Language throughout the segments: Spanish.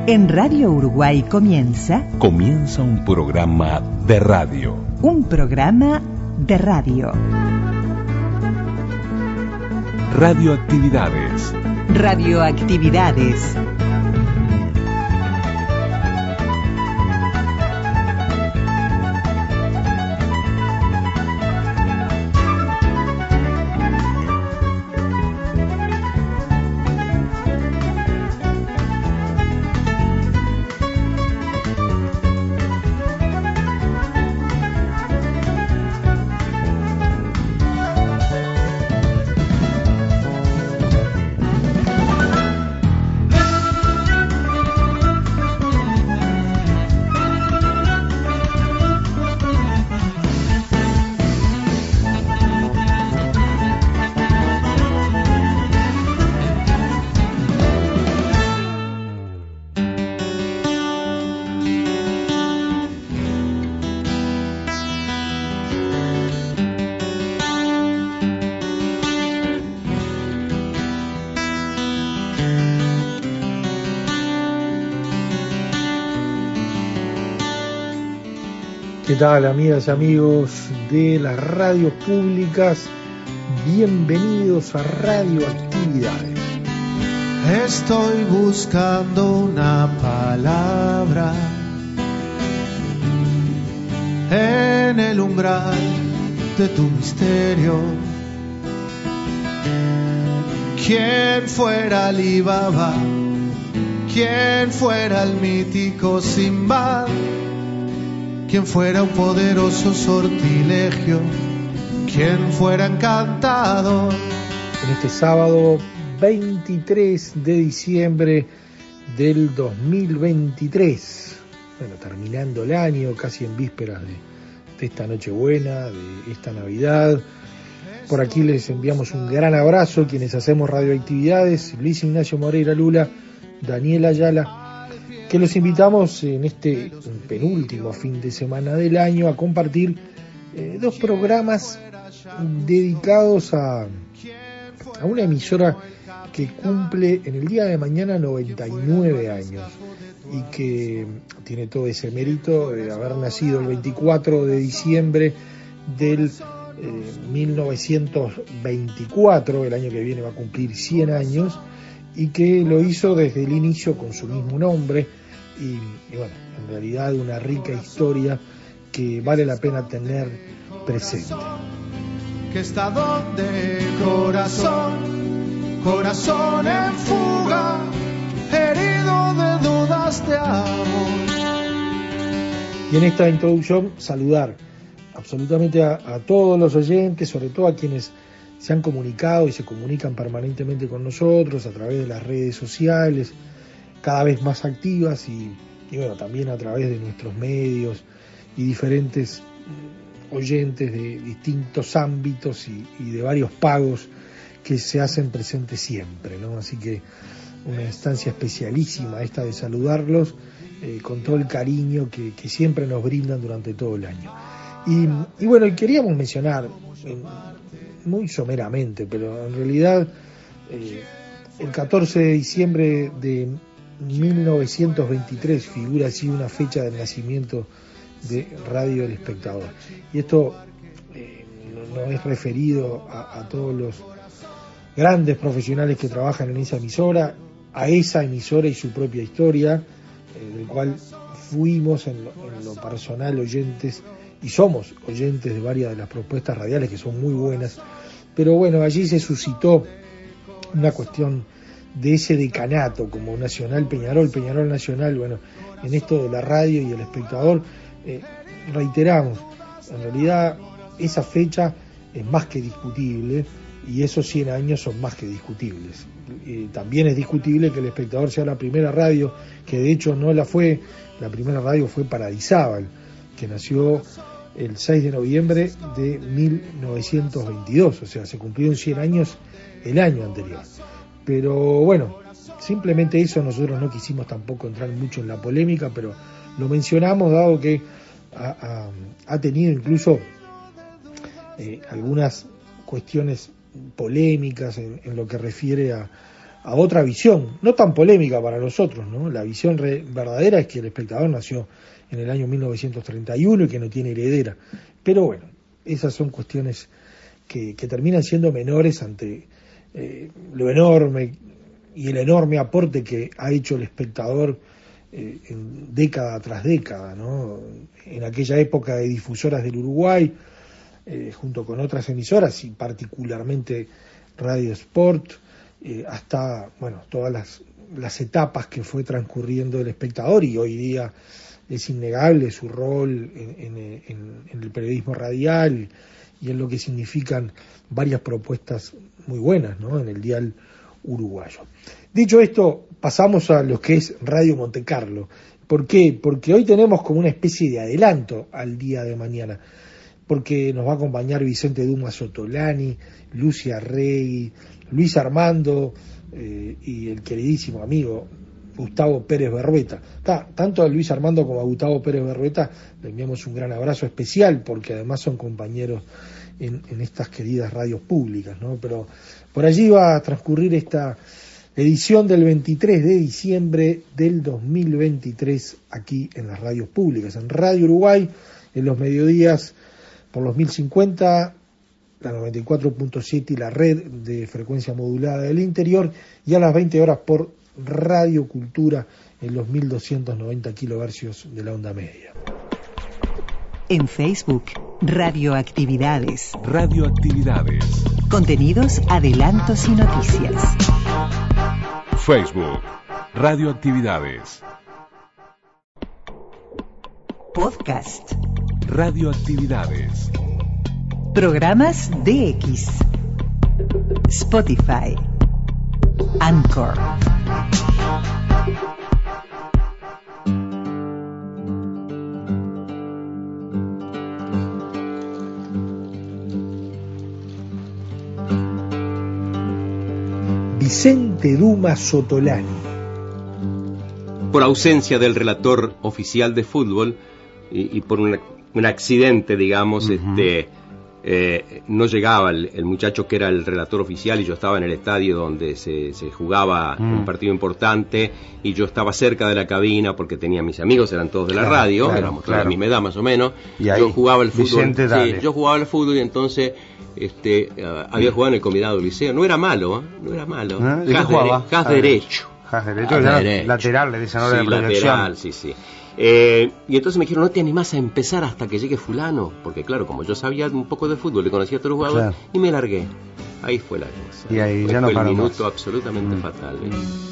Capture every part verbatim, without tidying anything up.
En Radio Uruguay comienza... Comienza un programa de radio. Un programa de radio. Radioactividades. Radioactividades. ¿Qué tal, amigas y amigos de las radios públicas? Bienvenidos a Radioactividades. Estoy buscando una palabra en el umbral de tu misterio. ¿Quién fuera Alibaba? ¿Quién fuera el mítico Simbad? Quien fuera un poderoso sortilegio, quien fuera encantador. En este sábado veintitrés de diciembre del dos mil veintitrés, bueno, terminando el año, casi en vísperas de, de esta Nochebuena, de esta Navidad. Por aquí les enviamos un gran abrazo, quienes hacemos Radioactividades, Luis Ignacio Moreira Lula, Daniel Ayala, que los invitamos en este penúltimo fin de semana del año a compartir eh, dos programas dedicados a, a una emisora que cumple en el día de mañana noventa y nueve años y que tiene todo ese mérito de haber nacido el veinticuatro de diciembre del eh, mil novecientos veinticuatro, el año que viene va a cumplir cien años, y que lo hizo desde el inicio con su mismo nombre y, y bueno, en realidad una rica historia que vale la pena tener presente. Que está donde corazón, corazón en fuga, herido de dudas de amor. Y en esta introducción saludar absolutamente a, a todos los oyentes, sobre todo a quienes se han comunicado y se comunican permanentemente con nosotros a través de las redes sociales, cada vez más activas y, y bueno, también a través de nuestros medios y diferentes oyentes de distintos ámbitos y, y de varios pagos que se hacen presentes siempre, ¿no? Así que una instancia especialísima esta de saludarlos eh, con todo el cariño que, que siempre nos brindan durante todo el año. Y, y bueno, y queríamos mencionar en, muy someramente, pero en realidad eh, el catorce de diciembre de mil novecientos veintitrés figura así una fecha del nacimiento de Radio El Espectador. Y esto eh, no, no es referido a, a todos los grandes profesionales que trabajan en esa emisora, a esa emisora y su propia historia, eh, del cual fuimos en lo, en lo personal oyentes y somos oyentes de varias de las propuestas radiales que son muy buenas, pero bueno, allí se suscitó una cuestión de ese decanato como Nacional Peñarol, Peñarol Nacional, bueno, en esto de la radio y el espectador, eh, reiteramos, en realidad esa fecha es más que discutible y esos cien años son más que discutibles. Eh, también es discutible que el espectador sea la primera radio, que de hecho no la fue, la primera radio fue Paradisábal, que nació el seis de noviembre de mil novecientos veintidós, o sea, se cumplieron cien años el año anterior. Pero bueno, simplemente eso, nosotros no quisimos tampoco entrar mucho en la polémica, pero lo mencionamos dado que ha, ha, ha tenido incluso eh, algunas cuestiones polémicas en, en lo que refiere a, a otra visión, no tan polémica para nosotros, ¿no? La visión re- verdadera es que El Espectador nació en el año mil novecientos treinta y uno y que no tiene heredera. Pero bueno, esas son cuestiones que, que terminan siendo menores ante eh, lo enorme y el enorme aporte que ha hecho El Espectador eh, en década tras década, ¿no? En aquella época de difusoras del Uruguay, eh, junto con otras emisoras y particularmente Radio Sport, eh, hasta bueno todas las, las etapas que fue transcurriendo El Espectador, y hoy día es innegable su rol en, en, en, en el periodismo radial y en lo que significan varias propuestas muy buenas, ¿no? En el dial uruguayo. Dicho esto, pasamos a lo que es Radio Monte Carlo. ¿Por qué? Porque hoy tenemos como una especie de adelanto al día de mañana, porque nos va a acompañar Vicente Dumas Sotolani, Lucia Rey, Luis Armando eh, y el queridísimo amigo Gustavo Pérez Berrueta. Ta, tanto a Luis Armando como a Gustavo Pérez Berrueta le enviamos un gran abrazo especial, porque además son compañeros en, en estas queridas radios públicas, ¿no? Pero por allí va a transcurrir esta edición del veintitrés de diciembre del dos mil veintitrés aquí en las radios públicas, en Radio Uruguay, en los mediodías por los mil cincuenta, la noventa y cuatro punto siete y la red de frecuencia modulada del interior, y a las veinte horas por Radio Cultura en los mil doscientos noventa kilohercios de la onda media. En Facebook, Radioactividades. Radioactividades. Contenidos, adelantos y noticias. Facebook, Radioactividades. Podcast. Radioactividades. Programas D X. Spotify. Anchor. Vicente Dumas Sotolani. Por ausencia del relator oficial de fútbol y, y por una, un accidente, digamos, uh-huh. este eh, no llegaba el, el muchacho que era el relator oficial, y yo estaba en el estadio donde se, se jugaba uh-huh. un partido importante, y yo estaba cerca de la cabina porque tenía mis amigos, eran todos de la claro, radio, claro, éramos todos claro. de la misma edad más o menos. Y ahí, yo jugaba el fútbol. Vicente, sí, yo jugaba el fútbol y entonces este uh, había jugado en el combinado Liceo. No era malo, ¿eh? no era malo. ¿Eh? ¿De qué jugaba? Haz ah, derecho. Haz derecho, haz derecho. Lateral, le dicen ahora sí, de proyección. Lateral, sí, sí. Eh, y entonces me dijeron, no te animás a empezar hasta que llegue fulano, porque claro, como yo sabía un poco de fútbol, le conocía a todos los jugadores, claro. y me largué. Ahí fue la cosa. Y ahí fue, ya no fue el minuto más. absolutamente mm. fatal. ¿eh?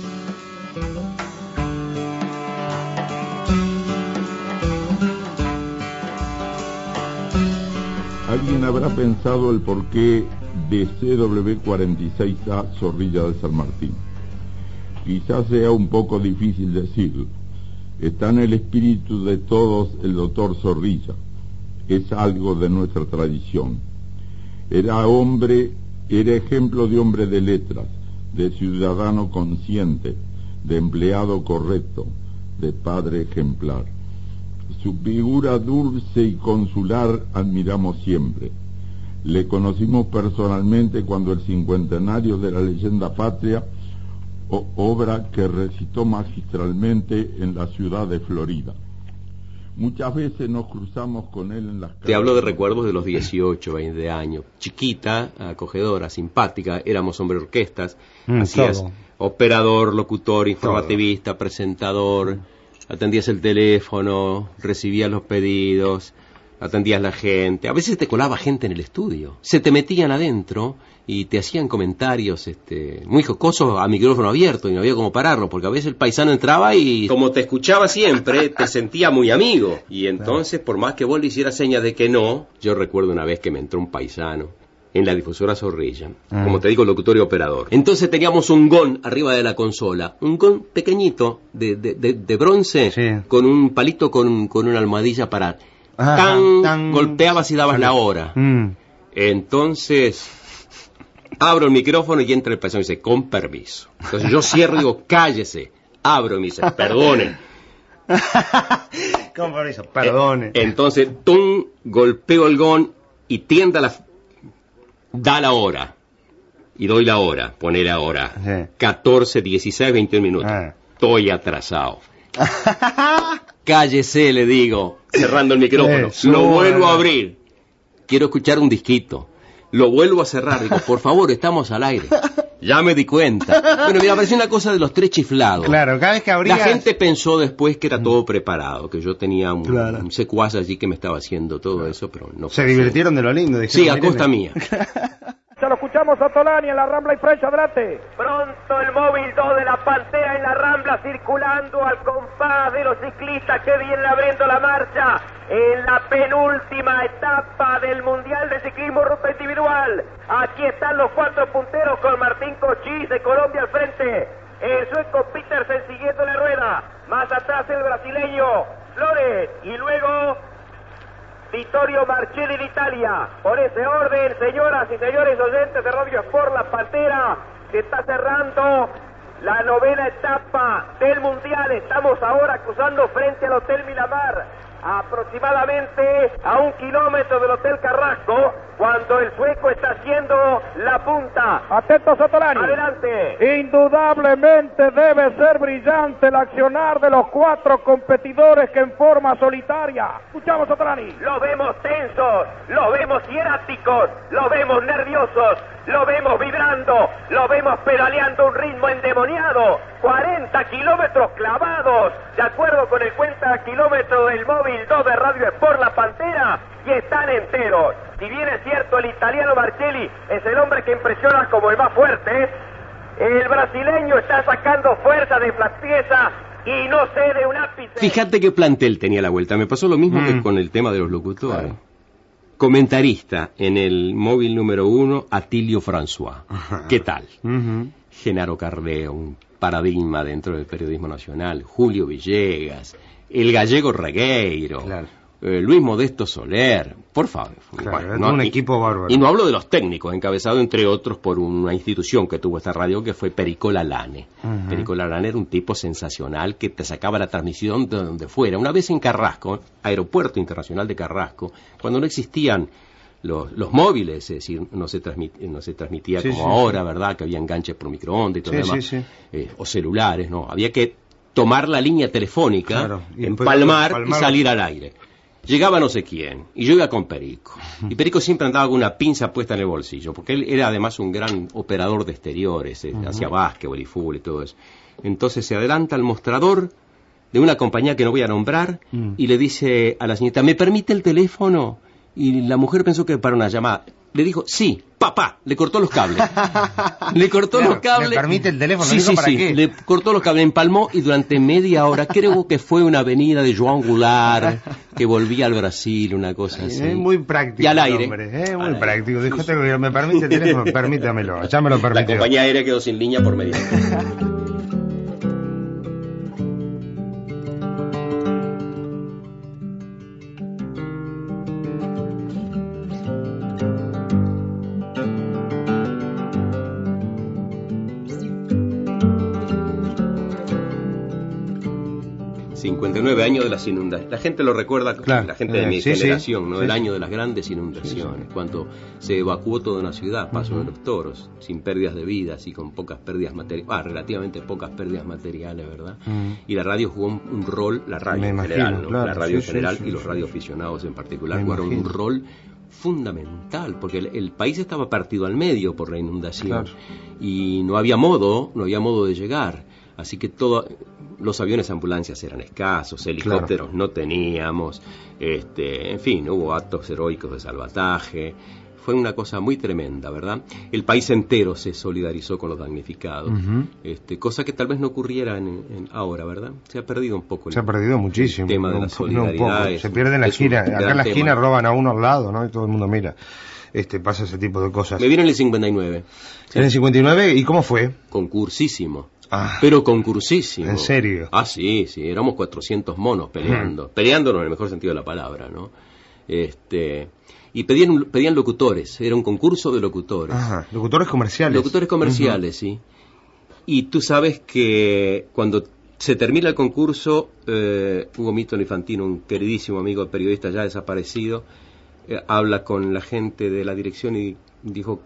Alguien habrá pensado el porqué de C W cuarenta y seis A Zorrilla de San Martín. Quizás sea un poco difícil decirlo. Está en el espíritu de todos el doctor Zorrilla. Es algo de nuestra tradición. Era hombre, era ejemplo de hombre de letras, de ciudadano consciente, de empleado correcto, de padre ejemplar. Su figura dulce y consular admiramos siempre. Le conocimos personalmente cuando el cincuentenario de la leyenda patria, o, obra que recitó magistralmente en la ciudad de Florida. Muchas veces nos cruzamos con él en las calles. Te hablo de recuerdos de los dieciocho, veinte años. Chiquita, acogedora, simpática, éramos hombre orquestas, mm, hacías todo. Operador, locutor, informativista, todo. Presentador, atendías el teléfono, recibías los pedidos, atendías la gente. A veces te colaba gente en el estudio, se te metían adentro y te hacían comentarios este, muy jocosos a micrófono abierto, y no había cómo pararlo, porque a veces el paisano entraba y como te escuchaba siempre, te sentía muy amigo, y entonces por más que vos le hicieras señas de que no, yo recuerdo una vez que me entró un paisano en la difusora Zorrilla, mm. como te digo, locutor y operador. Entonces teníamos un gong arriba de la consola, un gong pequeñito de, de, de, de bronce, sí. con un palito con, con una almohadilla para Ajá, tan, tan golpeabas y dabas sale. La hora. Mm. Entonces abro el micrófono y entra el paisano y dice, con permiso. Entonces yo cierro y digo, cállese. Abro y me dice, perdone. Con permiso, perdone. Eh, entonces, tum, golpeo el gong y tienda la... da la hora. y doy la hora, poner ahora, sí. catorce, dieciséis, veintiún minutos. Ah. Estoy atrasado. Cállese, le digo, cerrando el micrófono. Eso. Lo vuelvo a abrir. Quiero escuchar un disquito. Lo vuelvo a cerrar. Digo, por favor, estamos al aire. Ya me di cuenta. Bueno, mira, pareció una cosa de los tres chiflados. Claro, cada vez que abrías... La gente pensó después que era todo preparado, que yo tenía un, claro. un secuaz allí que me estaba haciendo todo claro. eso, pero no. Se divirtieron de lo lindo. Sí, a costa mía. Ya lo escuchamos a Tolani en la Rambla y Fresh, adelante. Pronto el móvil dos de la Pantera en la Rambla circulando al compás de los ciclistas que vienen abriendo la marcha en la penúltima etapa del Mundial de Ciclismo Ruta Individual. Aquí están los cuatro punteros con Martín Cochís de Colombia al frente. El sueco Petersen siguiendo la rueda. Más atrás el brasileño Flores y luego... Vittorio Marcelli de Italia. Por ese orden, señoras y señores oyentes de Radio Sport, la Pantera se está cerrando la novena etapa del Mundial. Estamos ahora cruzando frente al Hotel Miramar, aproximadamente a un kilómetro del Hotel Carrasco, cuando el sueco está haciendo la punta. Atento, Sotolani. Adelante. Indudablemente debe ser brillante el accionar de los cuatro competidores que en forma solitaria. Escuchamos, Sotolani. Los vemos tensos, los vemos hieráticos, los vemos nerviosos, los vemos vibrando, los vemos pedaleando un ritmo endemoniado. cuarenta kilómetros clavados, de acuerdo con el cuenta kilómetro del móvil dos de Radio Sport, la Pantera, y están enteros. Si bien es cierto, el italiano Marcelli es el hombre que impresiona como el más fuerte, el brasileño está sacando fuerza de flaqueza y no cede un ápice. Fíjate qué plantel tenía la vuelta. Me pasó lo mismo mm. que con el tema de los locutores. Claro. Comentarista en el móvil número uno, Atilio François. Ajá. ¿Qué tal? Uh-huh. Genaro Cardeo, un paradigma dentro del periodismo nacional. Julio Villegas, el gallego Regueiro. Claro. Eh, Luis Modesto Soler, por favor. Claro, bueno, no, un y, equipo bárbaro. Y no hablo de los técnicos, encabezado entre otros por una institución que tuvo esta radio que fue Perico Lalane. Uh-huh. Perico Lalane era un tipo sensacional que te sacaba la transmisión de donde fuera. Una vez en Carrasco, Aeropuerto Internacional de Carrasco, cuando no existían los, los móviles, es decir, no se, transmit, no se transmitía sí, como sí, ahora, sí. ¿verdad? Que había enganches por microondas y todo sí, lo demás. Sí, sí. Eh, o celulares, ¿no? Había que tomar la línea telefónica, claro, y empalmar, empalmar y salir al aire. Llegaba no sé quién, y yo iba con Perico. Y Perico siempre andaba con una pinza puesta en el bolsillo, porque él era además un gran operador de exteriores, eh, uh-huh. hacía básquetbol y fútbol y todo eso. Entonces se adelanta al mostrador de una compañía que no voy a nombrar, uh-huh. y le dice a la señorita, ¿me permite el teléfono? Y la mujer pensó que para una llamada. Le dijo, sí, papá, le cortó los cables. Le cortó claro, los cables. ¿Me permite el teléfono? Sí, sí, ¿para sí. qué? Le cortó los cables, empalmó y durante media hora, creo que fue una avenida de Joan Goulart, que volvía al Brasil, una cosa así. Es muy práctico. Y al aire. Hombre, es muy al práctico. Dijo, ¿me permite el teléfono? Permítamelo, ya me lo permitió. La compañía aérea quedó sin línea por media. cincuenta y nueve años de las inundaciones. La gente lo recuerda, claro, la gente de mi sí, generación, sí, ¿no? Sí, el sí. año de las grandes inundaciones, sí, sí. cuando se evacuó toda una ciudad, Paso uh-huh. de los Toros, sin pérdidas de vidas y con pocas pérdidas materiales, ah, relativamente pocas pérdidas materiales, ¿verdad? Uh-huh. Y la radio jugó un, un rol, la radio Me en imagino, general, ¿no? Claro, la radio sí, en general sí, sí, y los sí. radioaficionados en particular Me jugaron imagino. un rol fundamental, porque el, el país estaba partido al medio por la inundación claro. y no había modo, no había modo de llegar, así que todo... Los aviones ambulancias eran escasos, helicópteros claro. no teníamos, este, en fin, hubo actos heroicos de salvataje, fue una cosa muy tremenda, ¿verdad? El país entero se solidarizó con los damnificados, uh-huh. este, cosa que tal vez no ocurriera en, en ahora, ¿verdad? Se ha perdido un poco el, se ha perdido muchísimo, el tema de la solidaridad. No, es, se pierde en la esquina, acá en la esquina tema. roban a uno al lado, ¿no? Y todo el mundo mira. Este, pasa ese tipo de cosas. Me vieron en el cincuenta y nueve. ¿En el cincuenta y nueve? ¿Y cómo fue? Concursísimo. Ah, pero concursísimo. ¿En serio? Ah, sí, sí, éramos cuatrocientos monos peleando, hmm. peleándonos en el mejor sentido de la palabra, ¿no? Este, y pedían pedían locutores, era un concurso de locutores. Ajá, locutores comerciales. Locutores comerciales, uh-huh. sí. Y tú sabes que cuando se termina el concurso, eh, Hugo Milton Infantino, un queridísimo amigo periodista ya desaparecido, eh, habla con la gente de la dirección y dijo que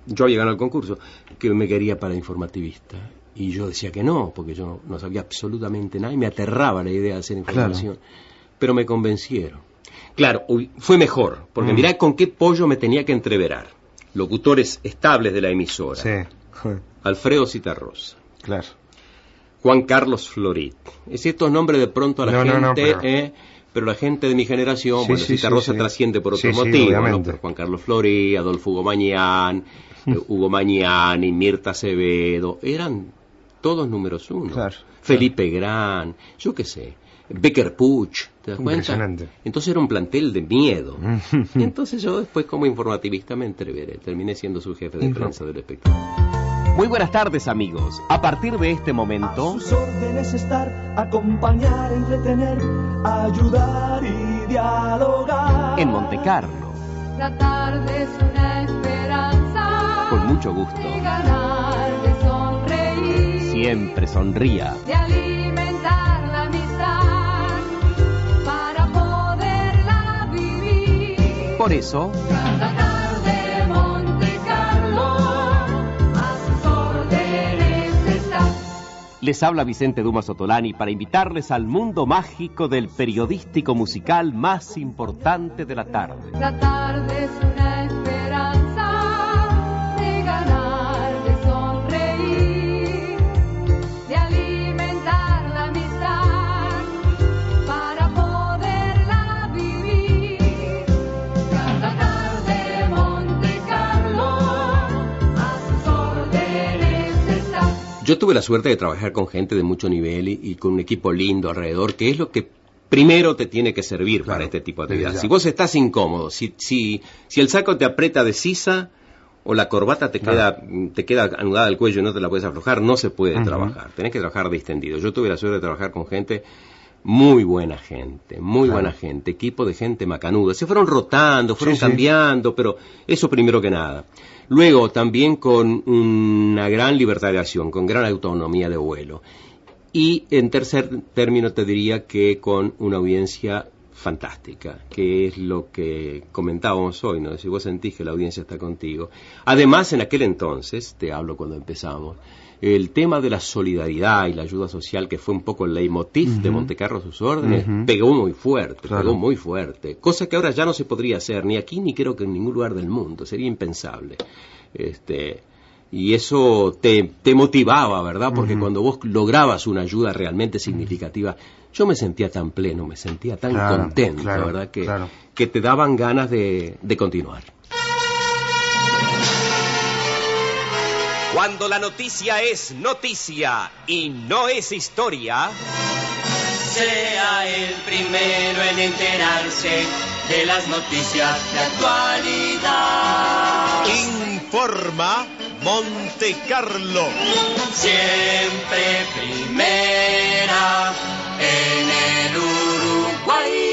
yo había ganado el concurso, que me quería para informativista. Y yo decía que no, porque yo no, no sabía absolutamente nada y me aterraba la idea de hacer información. Claro. Pero me convencieron. Claro, fue mejor, porque mm. mirá con qué pollo me tenía que entreverar. Locutores estables de la emisora. Sí. Alfredo Citarrosa. Claro. Juan Carlos Florit. Es estos nombres de pronto a la no, gente... No, no, pero... Eh, pero la gente de mi generación, sí, bueno, sí, Citarrosa sí, sí. trasciende por otro sí, motivo, sí, ¿no? Pero Juan Carlos Florit, Adolfo Hugo Mañán, eh, Hugo Mañani, Mirta Acevedo, eran todos números uno. Claro, Felipe claro. Gran, yo qué sé, Becker Puch, ¿te das cuenta? Entonces era un plantel de miedo. Y entonces yo después como informativista me entreveré, terminé siendo su jefe de prensa del espectáculo. Muy buenas tardes, amigos. A partir de este momento... A sus órdenes estar, acompañar, entretener, ayudar y dialogar. En Monte Carlo. Tratar de ser una esperanza. Con mucho gusto. De ganar, de sonreír. Siempre sonría. De alimentar la amistad para poderla vivir. Por eso... Tratar de Monte Carlo. Les habla Vicente Dumas Ottolani para invitarles al mundo mágico del periodístico musical más importante de la tarde. Tratar de ser una esperanza, de ganar, de sonreír, de alimentar la amistad para poderla vivir. Tratar de Monte Carlo, a sus órdenes está. Yo tuve la suerte de trabajar con gente de mucho nivel y, y con un equipo lindo alrededor, que es lo que primero te tiene que servir claro, para este tipo de actividad. Si vos estás incómodo, si, si, si el saco te aprieta de sisa o la corbata te, claro. queda, te queda anudada al cuello y no te la puedes aflojar, no se puede uh-huh. trabajar. Tenés que trabajar distendido. Yo tuve la suerte de trabajar con gente, muy buena gente, muy claro. buena gente, equipo de gente macanuda. Se fueron rotando, fueron sí, cambiando, sí. pero eso primero que nada. Luego, también con una gran libertad de acción, con gran autonomía de vuelo. Y, en tercer término, te diría que con una audiencia fantástica, que es lo que comentábamos hoy, ¿no? Si vos sentís que la audiencia está contigo. Además, en aquel entonces, te hablo cuando empezamos, el tema de la solidaridad y la ayuda social, que fue un poco el leitmotiv uh-huh. de Monte Carlo a sus órdenes, uh-huh. pegó muy fuerte, claro. pegó muy fuerte. Cosa que ahora ya no se podría hacer, ni aquí ni creo que en ningún lugar del mundo, sería impensable. Este, y eso te, te motivaba, ¿verdad? Porque uh-huh. cuando vos lograbas una ayuda realmente significativa, yo me sentía tan pleno, me sentía tan claro, contento, claro, ¿verdad? Que, claro. que te daban ganas de, de continuar. Cuando la noticia es noticia y no es historia, sea el primero en enterarse de las noticias de actualidad. Informa Monte Carlo. Siempre primera en el Uruguay.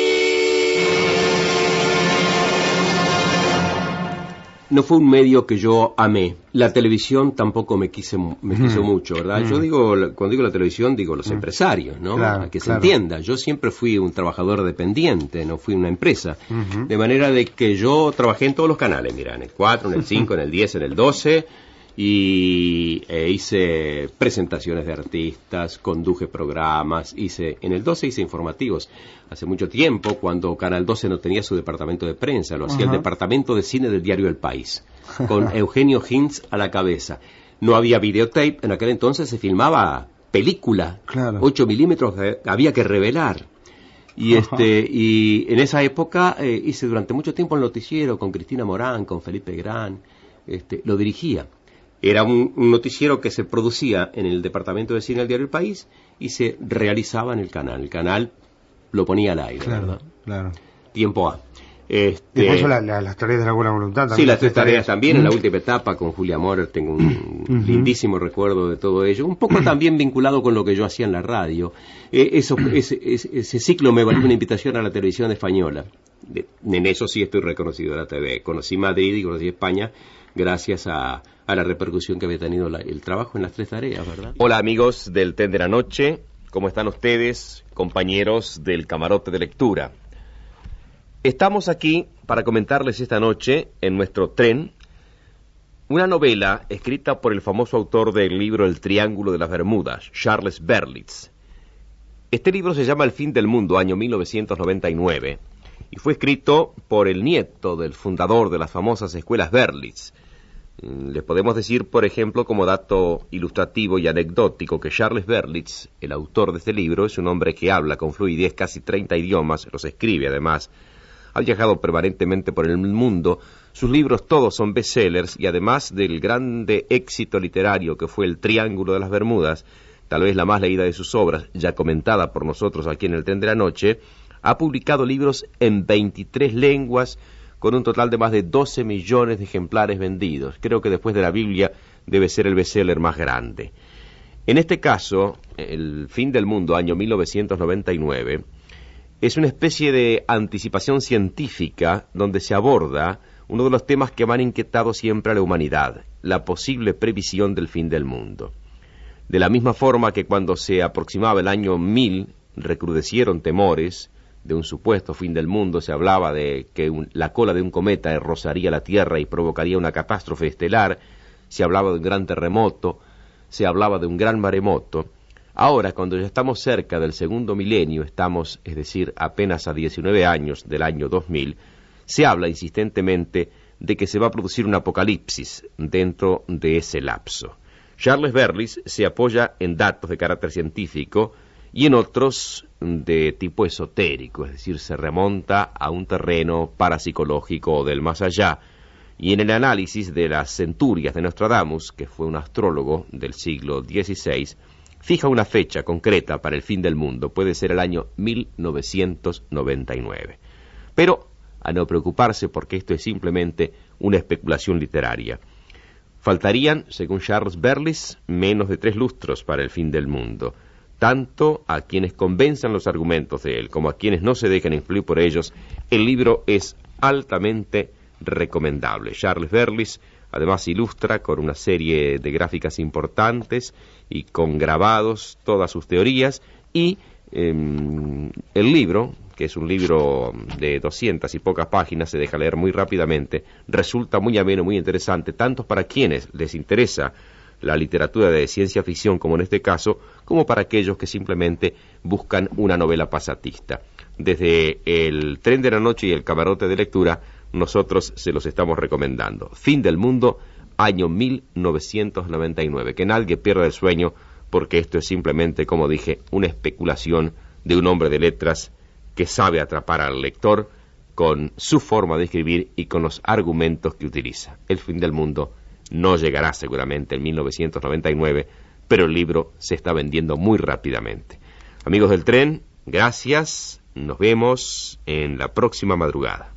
No fue un medio que yo amé. La televisión tampoco me quise me mm. quiso mucho, ¿verdad? Mm. Yo digo, cuando digo la televisión, digo los mm. empresarios, ¿no? Claro, a que claro. se entienda. Yo siempre fui un trabajador dependiente, no fui una empresa. Mm-hmm. De manera de que yo trabajé en todos los canales, mira, en el cuatro, en el cinco, en el diez, en el doce, y eh, hice presentaciones de artistas, conduje programas, hice en el doce hice informativos. Hace mucho tiempo, cuando Canal doce no tenía su departamento de prensa, lo hacía uh-huh. el departamento de cine del diario El País, con Eugenio Hintz a la cabeza. No había videotape, en aquel entonces se filmaba película, claro. ocho milímetros, eh, había que revelar. Y, uh-huh. este, y en esa época eh, hice durante mucho tiempo el noticiero con Cristina Morán, con Felipe Gran, este, lo dirigía. Era un, un noticiero que se producía en el departamento de cine del diario El País y se realizaba en el canal. El canal lo ponía al aire, claro, ¿verdad? Claro. Tiempo A. Este, Después la, la, las tareas de la buena voluntad también. Sí, las tres tareas, tareas también. Mm. En la última etapa con Julia Morer tengo un mm-hmm. lindísimo recuerdo de todo ello. Un poco también vinculado con lo que yo hacía en la radio. Eh, eso, ese, ese, ese ciclo me valió una invitación a la televisión española. De, en eso sí estoy reconocido de la T V. Conocí Madrid y conocí España gracias a, a la repercusión que había tenido la, el trabajo en las tres tareas, ¿verdad? Hola amigos del Ten de la Noche, ¿cómo están ustedes, compañeros del camarote de lectura? Estamos aquí para comentarles esta noche en nuestro tren Una novela escrita por el famoso autor del libro El Triángulo de las Bermudas, Charles Berlitz. Este libro se llama El fin del mundo, año mil novecientos noventa y nueve, y fue escrito por el nieto del fundador de las famosas escuelas Berlitz. Les podemos decir, por ejemplo, como dato ilustrativo y anecdótico, que Charles Berlitz, el autor de este libro, es un hombre que habla con fluidez casi treinta idiomas, los escribe además, ha viajado permanentemente por el mundo, sus libros todos son bestsellers y además del grande éxito literario que fue El Triángulo de las Bermudas, tal vez la más leída de sus obras, ya comentada por nosotros aquí en el Tren de la Noche, ha publicado libros en veintitrés lenguas con un total de más de doce millones de ejemplares vendidos. Creo que después de la Biblia debe ser el bestseller más grande. En este caso, El fin del mundo, año mil novecientos noventa y nueve, es una especie de anticipación científica donde se aborda uno de los temas que han inquietado siempre a la humanidad, la posible previsión del fin del mundo. De la misma forma que cuando se aproximaba el año mil, recrudecieron temores de un supuesto fin del mundo, se hablaba de que un, la cola de un cometa rozaría la Tierra y provocaría una catástrofe estelar, se hablaba de un gran terremoto, se hablaba de un gran maremoto. Ahora, cuando ya estamos cerca del segundo milenio, estamos, es decir, apenas a diecinueve años del año dos mil, se habla insistentemente de que se va a producir un apocalipsis dentro de ese lapso. Charles Berlitz se apoya en datos de carácter científico y en otros de tipo esotérico, es decir, se remonta a un terreno parapsicológico o del más allá, y en el análisis de las centurias de Nostradamus, que fue un astrólogo del siglo dieciséis, fija una fecha concreta para el fin del mundo, puede ser el año mil novecientos noventa y nueve. Pero a no preocuparse porque esto es simplemente una especulación literaria. Faltarían, según Charles Berlitz, menos de tres lustros para el fin del mundo. Tanto a quienes convenzan los argumentos de él como a quienes no se dejan influir por ellos, el libro es altamente recomendable. Charles Berlitz además ilustra con una serie de gráficas importantes y con grabados todas sus teorías y eh, el libro, que es un libro de doscientas y pocas páginas, se deja leer muy rápidamente, resulta muy ameno, muy interesante, tanto para quienes les interesa la literatura de ciencia ficción, como en este caso, como para aquellos que simplemente buscan una novela pasatista. Desde el Tren de la Noche y el Camarote de Lectura, nosotros se los estamos recomendando. Fin del mundo, año mil novecientos noventa y nueve. Que nadie pierda el sueño, porque esto es simplemente, como dije, una especulación de un hombre de letras que sabe atrapar al lector con su forma de escribir y con los argumentos que utiliza. El fin del mundo no llegará seguramente en mil novecientos noventa y nueve, pero el libro se está vendiendo muy rápidamente. Amigos del tren, gracias. Nos vemos en la próxima madrugada.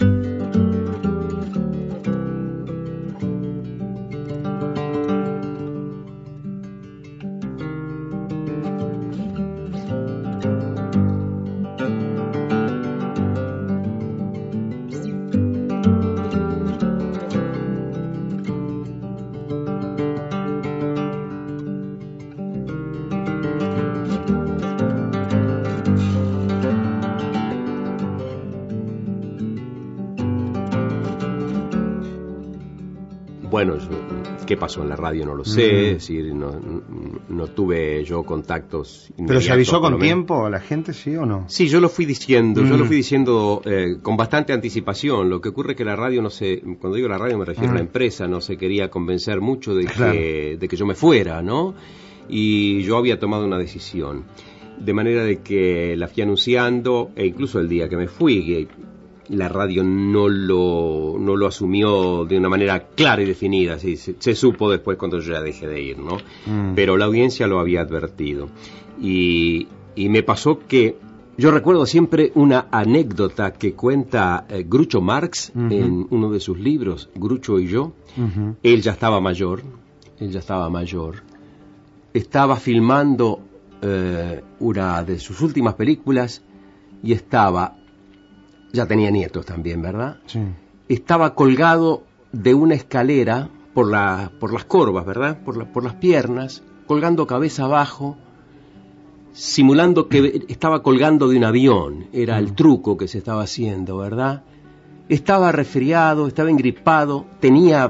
Bueno, qué pasó en la radio no lo sé, mm. es decir, no, no tuve yo contactos. ¿Pero se avisó con tiempo a la gente, sí o no? Sí, yo lo fui diciendo, mm. yo lo fui diciendo eh, con bastante anticipación. Lo que ocurre es que la radio no se, cuando digo la radio me refiero mm. a la empresa, no se quería convencer mucho de, claro. que, de que yo me fuera, ¿no? Y yo había tomado una decisión, de manera de que la fui anunciando, e incluso el día que me fui, que la radio no lo, no lo asumió de una manera clara y definida, ¿sí? se, se supo después cuando yo ya dejé de ir, ¿no? Mm. Pero la audiencia lo había advertido. Y, y me pasó que yo recuerdo siempre una anécdota que cuenta eh, Groucho Marx uh-huh. en uno de sus libros, Groucho y yo. Uh-huh. Él ya estaba mayor, él ya estaba mayor, estaba filmando eh, una de sus últimas películas y estaba... Ya tenía nietos también, ¿verdad? Sí. Estaba colgado de una escalera por, la, por las corvas, ¿verdad? Por, la, por las piernas, colgando cabeza abajo, simulando que estaba colgando de un avión. Era el truco que se estaba haciendo, ¿verdad? Estaba resfriado, estaba engripado, tenía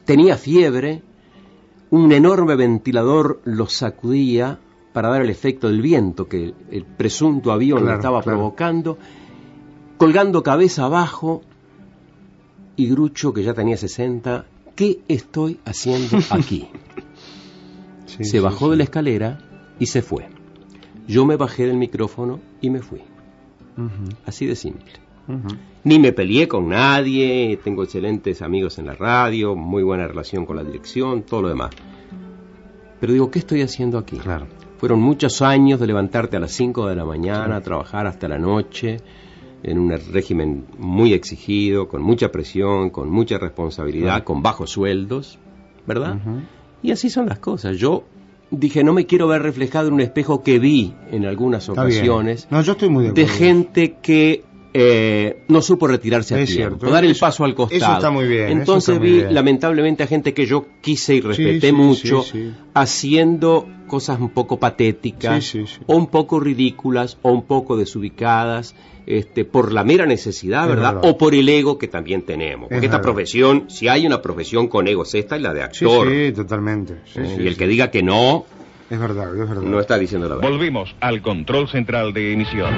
tenía fiebre, un enorme ventilador lo sacudía para dar el efecto del viento que el presunto avión Claro, le estaba claro. provocando, colgando cabeza abajo, y Grucho, que ya tenía sesenta, ¿qué estoy haciendo aquí? Sí, se sí, bajó sí. de la escalera y se fue. Yo me bajé del micrófono y me fui. Ujú, Así de simple. ujú. Ni me peleé con nadie, tengo excelentes amigos en la radio, muy buena relación con la dirección, todo lo demás. Pero digo, ¿qué estoy haciendo aquí? Claro. Fueron muchos años de levantarte a las cinco de la mañana, trabajar hasta la noche, en un régimen muy exigido, con mucha presión, con mucha responsabilidad, Claro. con bajos sueldos, ¿verdad? Ujú. Y así son las cosas. Yo dije, no me quiero ver reflejado en un espejo que vi en algunas Está bien. ocasiones No, yo estoy muy de de acuerdo. gente que eh, no supo retirarse a Es tiempo, cierto. dar el Eso- paso al costado. eso está muy bien, eso Entonces está muy vi bien. lamentablemente a gente que yo quise y respeté sí, mucho sí, sí. haciendo cosas un poco patéticas, Sí, sí, sí. o un poco ridículas, o un poco desubicadas, este, por la mera necesidad, Es ¿verdad? verdad. O por el ego que también tenemos. Porque Es esta verdad. profesión, si hay una profesión con egos, esta es la de Sí, actor. sí, totalmente. Sí, Eh, sí, y el sí. que diga que no, Es verdad, es verdad. no está diciendo la verdad. Volvimos al control central de emisión.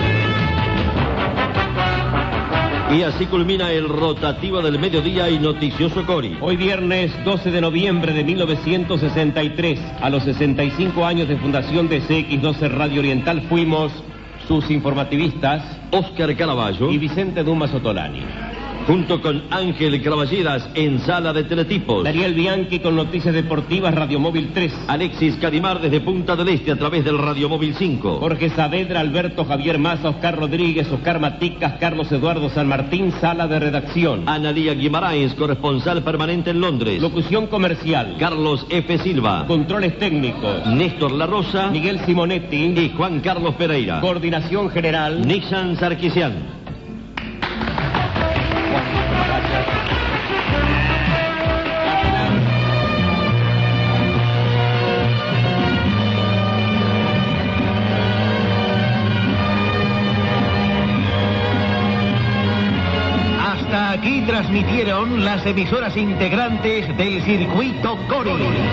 Y así culmina el rotativo del mediodía y noticioso Cori. Hoy viernes doce de noviembre de mil novecientos sesenta y tres, a los sesenta y cinco años de fundación de C X doce Radio Oriental, fuimos sus informativistas Óscar Caraballo y Vicente Dumas Ottolani. junto con Ángel Cravalleras en Sala de Teletipos. Daniel Bianchi con Noticias Deportivas Radiomóvil tres. Alexis Cadimar desde Punta del Este a través del Radiomóvil cinco. Jorge Saavedra, Alberto Javier Maza, Oscar Rodríguez, Oscar Maticas, Carlos Eduardo San Martín, Sala de Redacción. Analía Guimaraes, corresponsal permanente en Londres. Locución comercial. Carlos F. Silva. Controles técnicos. Néstor La Rosa. Miguel Simonetti. Y Juan Carlos Pereira. Coordinación general. Nixon Sarkisian. Hasta aquí transmitieron las emisoras integrantes del circuito Cori.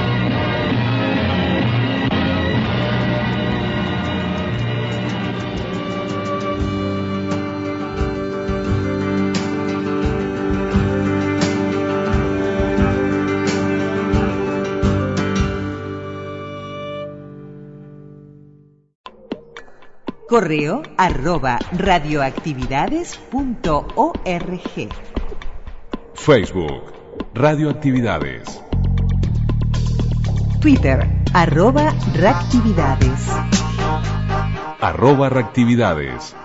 Correo arroba radioactividades punto org. Facebook, Radioactividades. Twitter, arroba reactividades. Arroba Reactividades.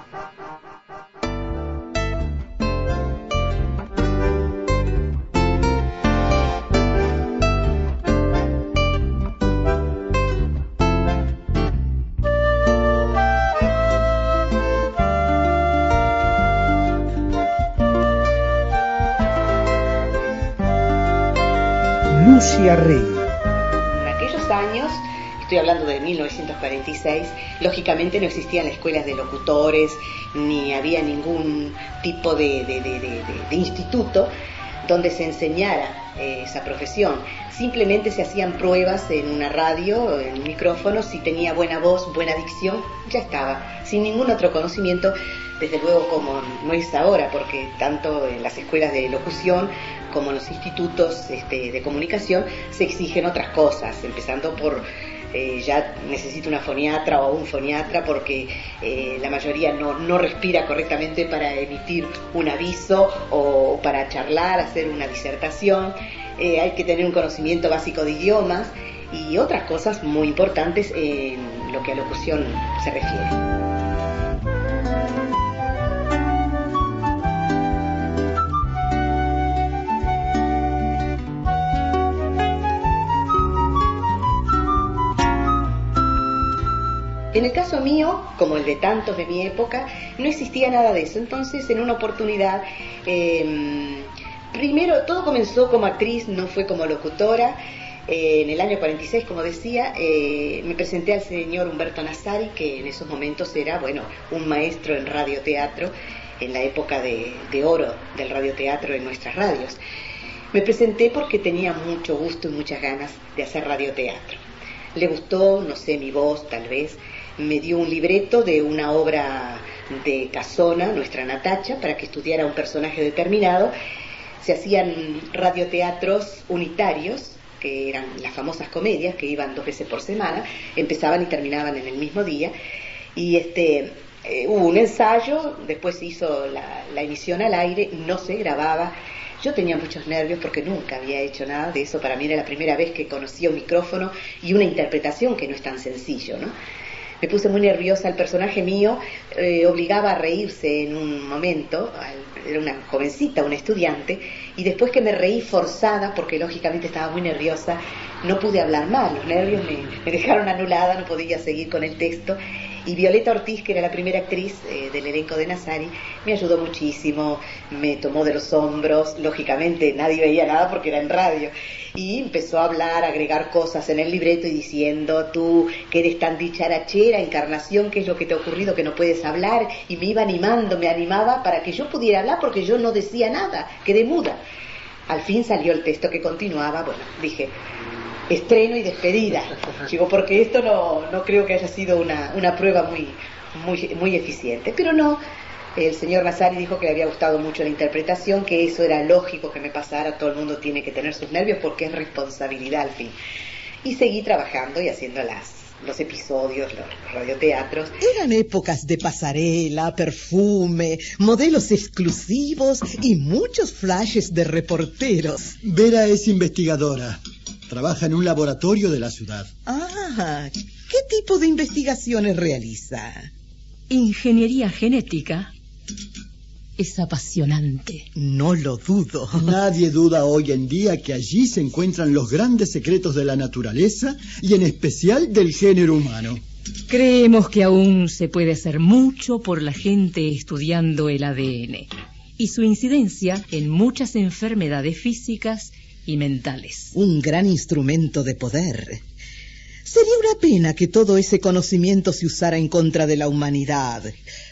Lucia Rey. En aquellos años, estoy hablando de mil novecientos cuarenta y seis, lógicamente no existían las escuelas de locutores, ni había ningún tipo de, de, de, de, de instituto donde se enseñara eh, esa profesión. Simplemente se hacían pruebas en una radio, en un micrófono, si tenía buena voz, buena dicción, ya estaba, sin ningún otro conocimiento, desde luego como no es ahora, porque tanto en las escuelas de locución como en los institutos este, de comunicación se exigen otras cosas, empezando por eh, ya necesita una foniatra o un foniatra porque eh, la mayoría no, no respira correctamente para emitir un aviso o para charlar, hacer una disertación. Eh, hay que tener un conocimiento básico de idiomas y otras cosas muy importantes en lo que a locución se refiere. En el caso mío, como el de tantos de mi época, no existía nada de eso. Entonces, en una oportunidad, eh, primero todo comenzó como actriz, no fue como locutora. Eh, en el año cuarenta y seis, como decía, eh, me presenté al señor Humberto Nassari, que en esos momentos era, bueno, un maestro en radioteatro, en la época de, de oro del radioteatro en nuestras radios. Me presenté porque tenía mucho gusto y muchas ganas de hacer radioteatro. Le gustó, no sé, mi voz tal vez, me dio un libreto de una obra de Casona, nuestra Natacha, para que estudiara un personaje determinado. Se hacían radioteatros unitarios, que eran las famosas comedias, que iban dos veces por semana, empezaban y terminaban en el mismo día, y este eh, hubo un ensayo, después se hizo la, la emisión al aire, no se grababa. Yo tenía muchos nervios porque nunca había hecho nada de eso. Para mí era la primera vez que conocía un micrófono y una interpretación que no es tan sencillo, ¿no? Me puse muy nerviosa, el personaje mío eh, obligaba a reírse en un momento, era una jovencita, una estudiante, y después que me reí forzada, porque lógicamente estaba muy nerviosa, no pude hablar más, los nervios me, me dejaron anulada, no podía seguir con el texto, y Violeta Ortiz, que era la primera actriz eh, del elenco de Nazari, me ayudó muchísimo, me tomó de los hombros, lógicamente nadie veía nada porque era en radio, y empezó a hablar, a agregar cosas en el libreto y diciendo, tú que eres tan dicharachera, Encarnación, ¿qué es lo que te ha ocurrido que no puedes hablar? Y me iba animando, me animaba para que yo pudiera hablar porque yo no decía nada, quedé muda. Al fin salió el texto que continuaba, bueno, dije, estreno y despedida, digo, porque esto no, no creo que haya sido una, una prueba muy, muy, muy eficiente, pero no. El señor Nazari dijo que le había gustado mucho la interpretación, que eso era lógico que me pasara, todo el mundo tiene que tener sus nervios porque es responsabilidad al fin. Y seguí trabajando y haciendo las, los episodios, los radioteatros. Eran épocas de pasarela, perfume, modelos exclusivos y muchos flashes de reporteros. Vera es investigadora, trabaja en un laboratorio de la ciudad. Ah, ¿qué tipo de investigaciones realiza? Ingeniería genética. Es apasionante. No lo dudo. Nadie duda hoy en día que allí se encuentran los grandes secretos de la naturaleza y en especial del género humano. Creemos que aún se puede hacer mucho por la gente estudiando el A D N y su incidencia en muchas enfermedades físicas y mentales. Un gran instrumento de poder. Sería una pena que todo ese conocimiento se usara en contra de la humanidad.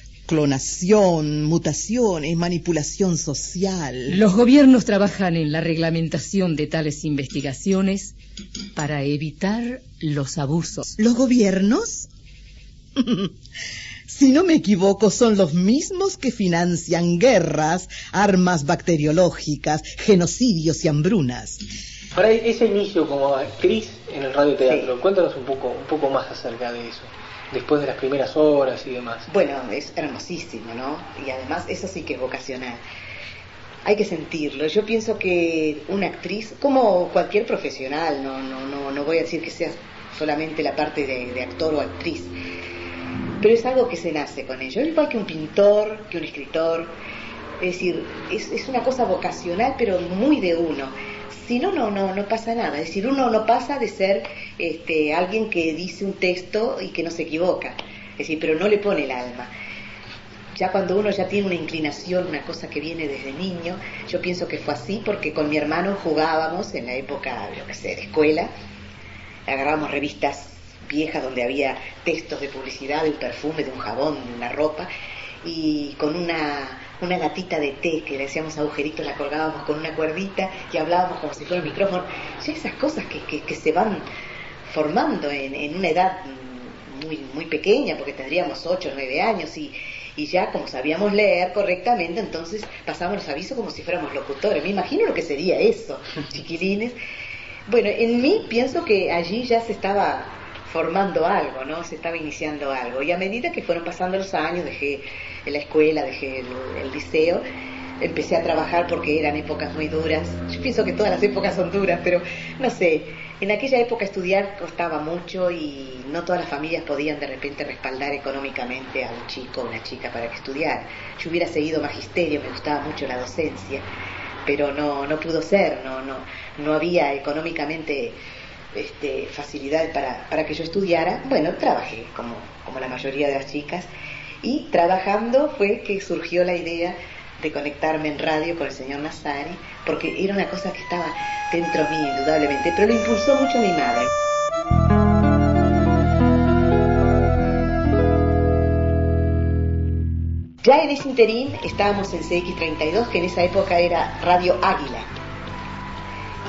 Clonación, mutaciones, manipulación social. Los gobiernos trabajan en la reglamentación de tales investigaciones para evitar los abusos. ¿Los gobiernos? Si no me equivoco, son los mismos que financian guerras, armas bacteriológicas, genocidios y hambrunas. Para ese inicio como actriz en el radioteatro, sí. Cuéntanos un poco, un poco más acerca de eso. Después de las primeras horas y demás. Bueno, es hermosísimo, ¿no? Y además eso sí que es vocacional. Hay que sentirlo. Yo pienso que una actriz, como cualquier profesional, no, no, no, no voy a decir que sea solamente la parte de, de actor o actriz, pero es algo que se nace con ello. Igual que un pintor, que un escritor. Es decir, es, es una cosa vocacional, pero muy de uno. Si no, no, no, no pasa nada. Es decir, uno no pasa de ser este, alguien que dice un texto y que no se equivoca. Es decir, pero no le pone el alma. Ya cuando uno ya tiene una inclinación, una cosa que viene desde niño, yo pienso que fue así porque con mi hermano jugábamos en la época, yo qué sé, de escuela. Agarrábamos revistas viejas donde había textos de publicidad, de un perfume, de un jabón, de una ropa, y con una... una latita de té que le hacíamos agujeritos, la colgábamos con una cuerdita y hablábamos como si fuera un micrófono. Ya esas cosas que, que, que se van formando en, en una edad muy, muy pequeña, porque tendríamos ocho o nueve años y, y ya como sabíamos leer correctamente, entonces pasábamos los avisos como si fuéramos locutores. Me imagino lo que sería eso, chiquilines. Bueno, en mí pienso que allí ya se estaba formando algo, ¿no? Se estaba iniciando algo. Y a medida que fueron pasando los años, dejé la escuela, dejé el, el liceo, empecé a trabajar porque eran épocas muy duras. Yo pienso que todas las épocas son duras, pero no sé, en aquella época estudiar costaba mucho y no todas las familias podían de repente respaldar económicamente a un chico o una chica para que estudiara. Yo hubiera seguido magisterio, me gustaba mucho la docencia, pero no, no pudo ser, no, no, no había económicamente Este, facilidades para, para que yo estudiara. Bueno, trabajé como, como la mayoría de las chicas y trabajando fue que surgió la idea de conectarme en radio con el señor Nazari, porque era una cosa que estaba dentro mío indudablemente, pero lo impulsó mucho mi madre. Ya en ese interín estábamos en C X treinta y dos, que en esa época era Radio Águila.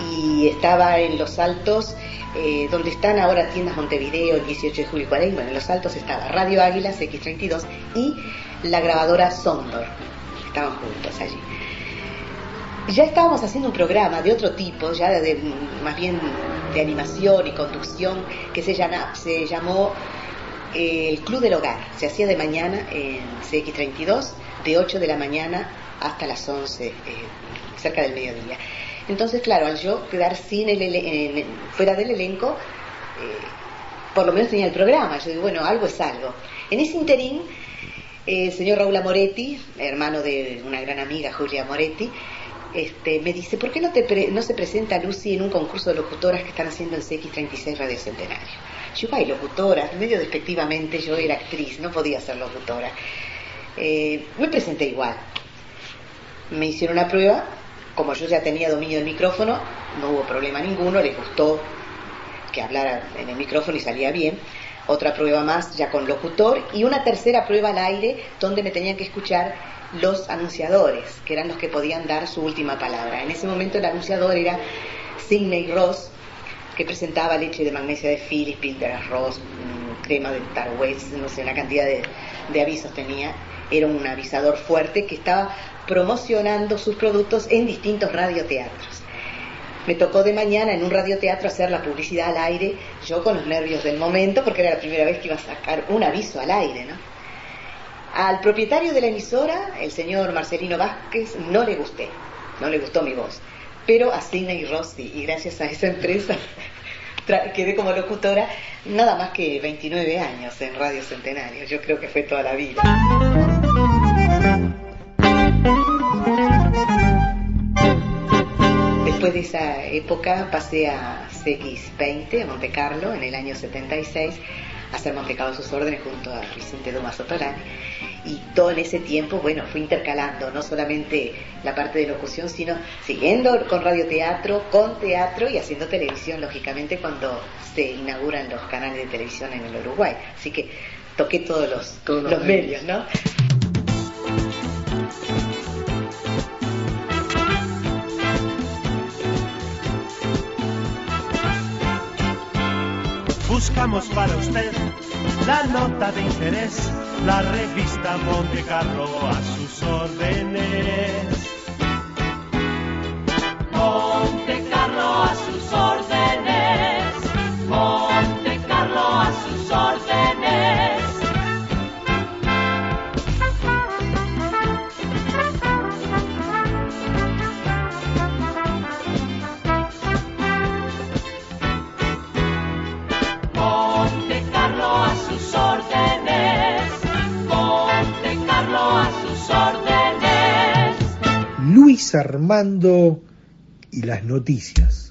y estaba en Los Altos, eh, donde están ahora tiendas Montevideo, el dieciocho de julio y cuarenta, bueno, en Los Altos estaba Radio Águila, C X treinta y dos, y la grabadora Sondor, estaban juntos allí. Ya estábamos haciendo un programa de otro tipo, ya de, de más bien de animación y conducción, que se, llama, se llamó eh, El Club del Hogar. Se hacía de mañana en C X treinta y dos, de ocho de la mañana hasta las once, eh, cerca del mediodía. Entonces, claro, al yo quedar sin el, en, fuera del elenco, eh, por lo menos tenía el programa. Yo digo, bueno, algo es algo. En ese interín, eh, el señor Raúl Amoretti, hermano de una gran amiga, Julia Moretti, Este, me dice, ¿por qué no, te pre- no se presenta Lucy en un concurso de locutoras que están haciendo en C X treinta y seis Radio Centenario? Yo, ay, locutora, medio despectivamente, yo era actriz, no podía ser locutora. Eh, me presenté igual. Me hicieron una prueba, como yo ya tenía dominio del micrófono, no hubo problema ninguno, les gustó que hablara en el micrófono y salía bien. Otra prueba más ya con locutor y una tercera prueba al aire donde me tenían que escuchar los anunciadores, que eran los que podían dar su última palabra. En ese momento el anunciador era Sidney Ross, que presentaba leche de magnesia de Philips, píldoras Ross, crema de Tarwest, no sé, una cantidad de, de avisos tenía. Era un avisador fuerte que estaba promocionando sus productos en distintos radioteatros. Me tocó de mañana en un radioteatro hacer la publicidad al aire, yo con los nervios del momento, porque era la primera vez que iba a sacar un aviso al aire, ¿no? Al propietario de la emisora, el señor Marcelino Vázquez, no le gusté, no le gustó mi voz, pero a Sidney Ross sí, y gracias a esa empresa quedé como locutora nada más que veintinueve años en Radio Centenario, yo creo que fue toda la vida. Después de esa época pasé a C X veinte, a Monte Carlo, en el año setenta y seis, a hacer Montecado a sus órdenes junto a Vicente Dumas Otorani. Y todo en ese tiempo, bueno, fui intercalando no solamente la parte de locución, sino siguiendo con radioteatro, con teatro y haciendo televisión, lógicamente, cuando se inauguran los canales de televisión en el Uruguay. Así que toqué todos los, todos los, los medios, ¿no? Buscamos para usted la nota de interés, la revista Monte Carlo a sus órdenes. Monte Carlo a sus órdenes. Monte Carlo a sus órdenes. Monte Carlo a sus órdenes. Monte Carlo a sus órdenes. Luis Armando y las noticias.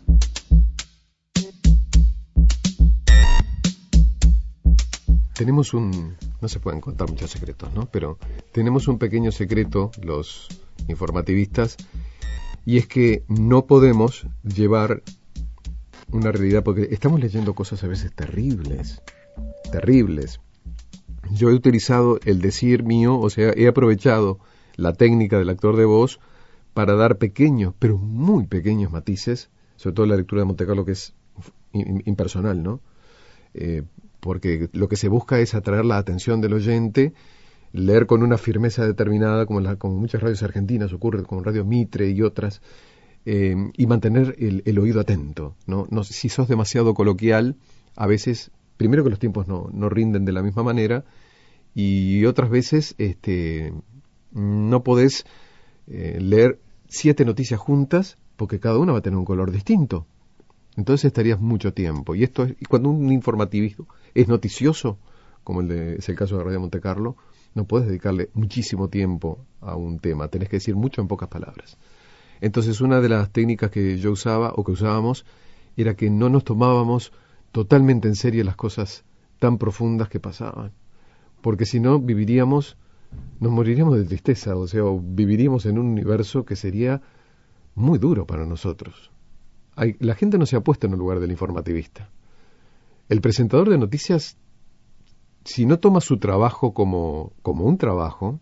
Tenemos un... no se pueden contar muchos secretos, ¿no? Pero tenemos un pequeño secreto, los informativistas, y es que no podemos llevar una realidad, porque estamos leyendo cosas a veces terribles, terribles. Yo he utilizado el decir mío, o sea, he aprovechado la técnica del actor de voz para dar pequeños, pero muy pequeños matices, sobre todo la lectura de Monte Carlo, que es impersonal, ¿no? Eh, porque lo que se busca es atraer la atención del oyente, leer con una firmeza determinada, como, la, como muchas radios argentinas ocurre, como Radio Mitre y otras, eh, y mantener el, el oído atento, ¿no? No, si sos demasiado coloquial, a veces, primero que los tiempos no, no rinden de la misma manera, y otras veces este, no podés eh, leer siete noticias juntas, porque cada una va a tener un color distinto. Entonces estarías mucho tiempo. Y esto es, y cuando un informativismo es noticioso, como el de, es el caso de Radio Monte Carlo, no puedes dedicarle muchísimo tiempo a un tema. Tenés que decir mucho en pocas palabras. Entonces una de las técnicas que yo usaba, o que usábamos, era que no nos tomábamos totalmente en serio las cosas tan profundas que pasaban. Porque si no, viviríamos, nos moriríamos de tristeza, o sea, o viviríamos en un universo que sería muy duro para nosotros. Hay, la gente no se ha puesto en el lugar del informativista. El presentador de noticias, si no toma su trabajo como, como un trabajo,